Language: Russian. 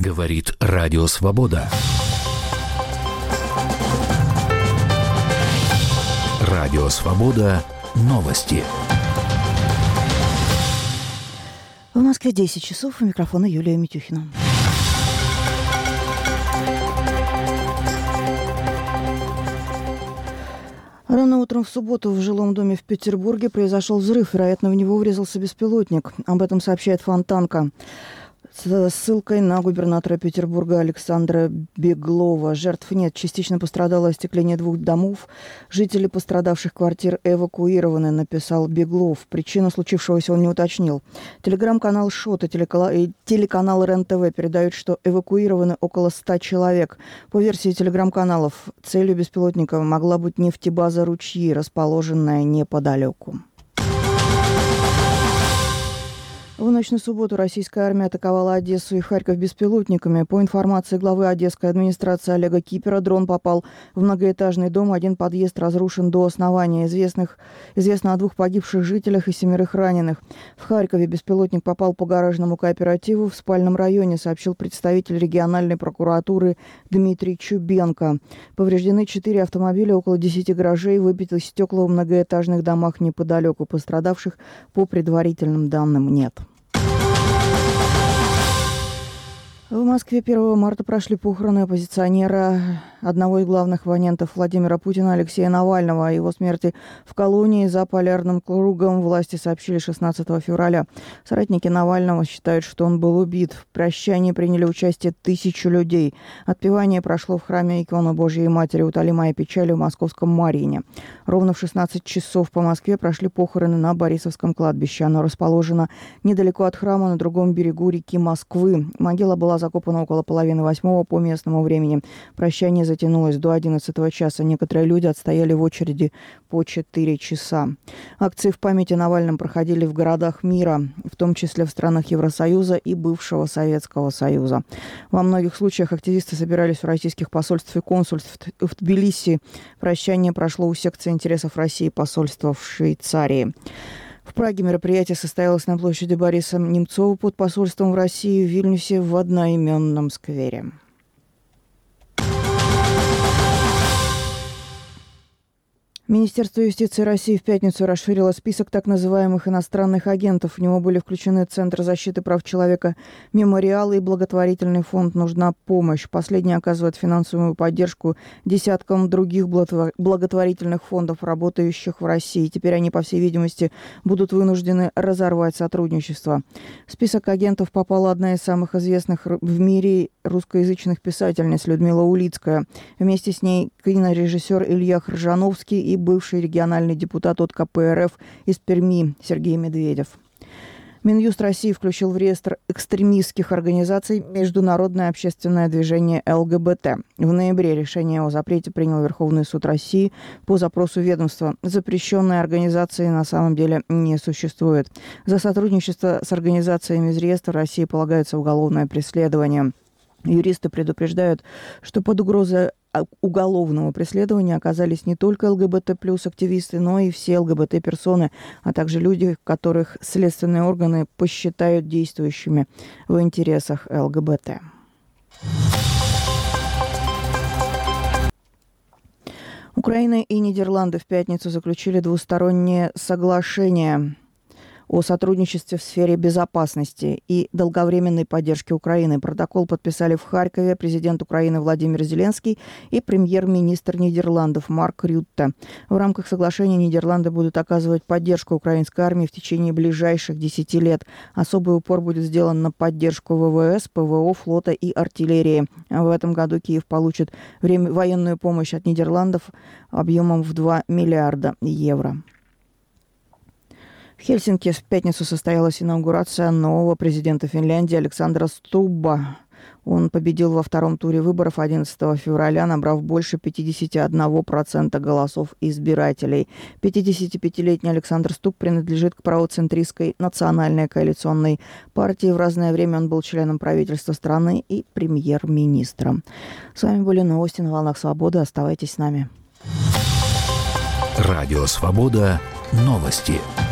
Говорит Радио Свобода. Радио Свобода. Новости. В Москве 10 часов. У микрофона Юлия Митюхина. Рано утром в субботу в жилом доме в Петербурге произошел взрыв. Вероятно, в него врезался беспилотник. Об этом сообщает Фонтанка с ссылкой на губернатора Петербурга Александра Беглова. Жертв нет. Частично пострадало остекление 2 домов. Жители пострадавших квартир эвакуированы, написал Беглов. Причину случившегося он не уточнил. Телеграм-канал ШОТ и телеканал РЕН-ТВ передают, что эвакуированы около 100 человек. По версии телеграм-каналов, целью беспилотника могла быть нефтебаза «Ручьи», расположенная неподалеку. В ночь на субботу российская армия атаковала Одессу и Харьков беспилотниками. По информации главы Одесской администрации Олега Кипера, дрон попал в многоэтажный дом. Один подъезд разрушен до основания. Известно о 2 погибших жителях и 7 раненых. В Харькове беспилотник попал по гаражному кооперативу в спальном районе, сообщил представитель региональной прокуратуры Дмитрий Чубенко. Повреждены 4 автомобиля, около 10 гаражей, выбиты стекла в многоэтажных домах неподалеку. Пострадавших по предварительным данным нет. В Москве 1 марта прошли похороны оппозиционера, одного из главных оппонентов Владимира Путина Алексея Навального. О его смерти в колонии за полярным кругом власти сообщили 16 февраля. Соратники Навального считают, что он был убит. В прощании приняли участие 1000 людей. Отпевание прошло в храме иконы Божьей Матери «Утоли моя печаль» в московском Марине. Ровно в 16 часов по Москве прошли похороны на Борисовском кладбище. Оно расположено недалеко от храма на другом берегу реки Москвы. Могила была закопана около 7:30 по местному времени. Прощание затянулось до 11 часа. Некоторые люди отстояли в очереди по 4 часа. Акции в память о Навальном проходили в городах мира, в том числе в странах Евросоюза и бывшего Советского Союза. Во многих случаях активисты собирались в российских посольствах и консульствах в Тбилиси. Прощание прошло у секции интересов России посольства в Швейцарии. В Праге мероприятие состоялось на площади Бориса Немцова под посольством в России в Вильнюсе в одноименном сквере. Министерство юстиции России в пятницу расширило список так называемых иностранных агентов. В него были включены Центр защиты прав человека «Мемориал» и благотворительный фонд «Нужна помощь». Последний оказывает финансовую поддержку десяткам других благотворительных фондов, работающих в России. Теперь они, по всей видимости, будут вынуждены разорвать сотрудничество. В список агентов попала одна из самых известных в мире русскоязычных писательниц Людмила Улицкая. Вместе с ней кинорежиссер Илья Хржановский и бывший региональный депутат от КПРФ из Перми Сергей Медведев. Минюст России включил в реестр экстремистских организаций Международное общественное движение ЛГБТ. В ноябре решение о запрете принял Верховный суд России по запросу ведомства. Запрещенной организации на самом деле не существует. За сотрудничество с организациями из реестра России полагается уголовное преследование. Юристы предупреждают, что под угрозой уголовного преследования оказались не только ЛГБТ+-активисты, но и все ЛГБТ-персоны, а также люди, которых следственные органы посчитают действующими в интересах ЛГБТ. Украина и Нидерланды в пятницу заключили двустороннее соглашение о сотрудничестве в сфере безопасности и долговременной поддержки Украины. Протокол подписали в Харькове президент Украины Владимир Зеленский и премьер-министр Нидерландов Марк Рютте. В рамках соглашения Нидерланды будут оказывать поддержку украинской армии в течение ближайших 10 лет. Особый упор будет сделан на поддержку ВВС, ПВО, флота и артиллерии. В этом году Киев получит военную помощь от Нидерландов объемом в 2 миллиарда евро. В Хельсинки в пятницу состоялась инаугурация нового президента Финляндии Александра Стубба. Он победил во втором туре выборов 11 февраля, набрав больше 51% голосов избирателей. 55-летний Александр Стуб принадлежит к правоцентристской национальной коалиционной партии. В разное время он был членом правительства страны и премьер-министром. С вами были новости на «Волнах Свободы». Оставайтесь с нами. Радио Свобода. Новости.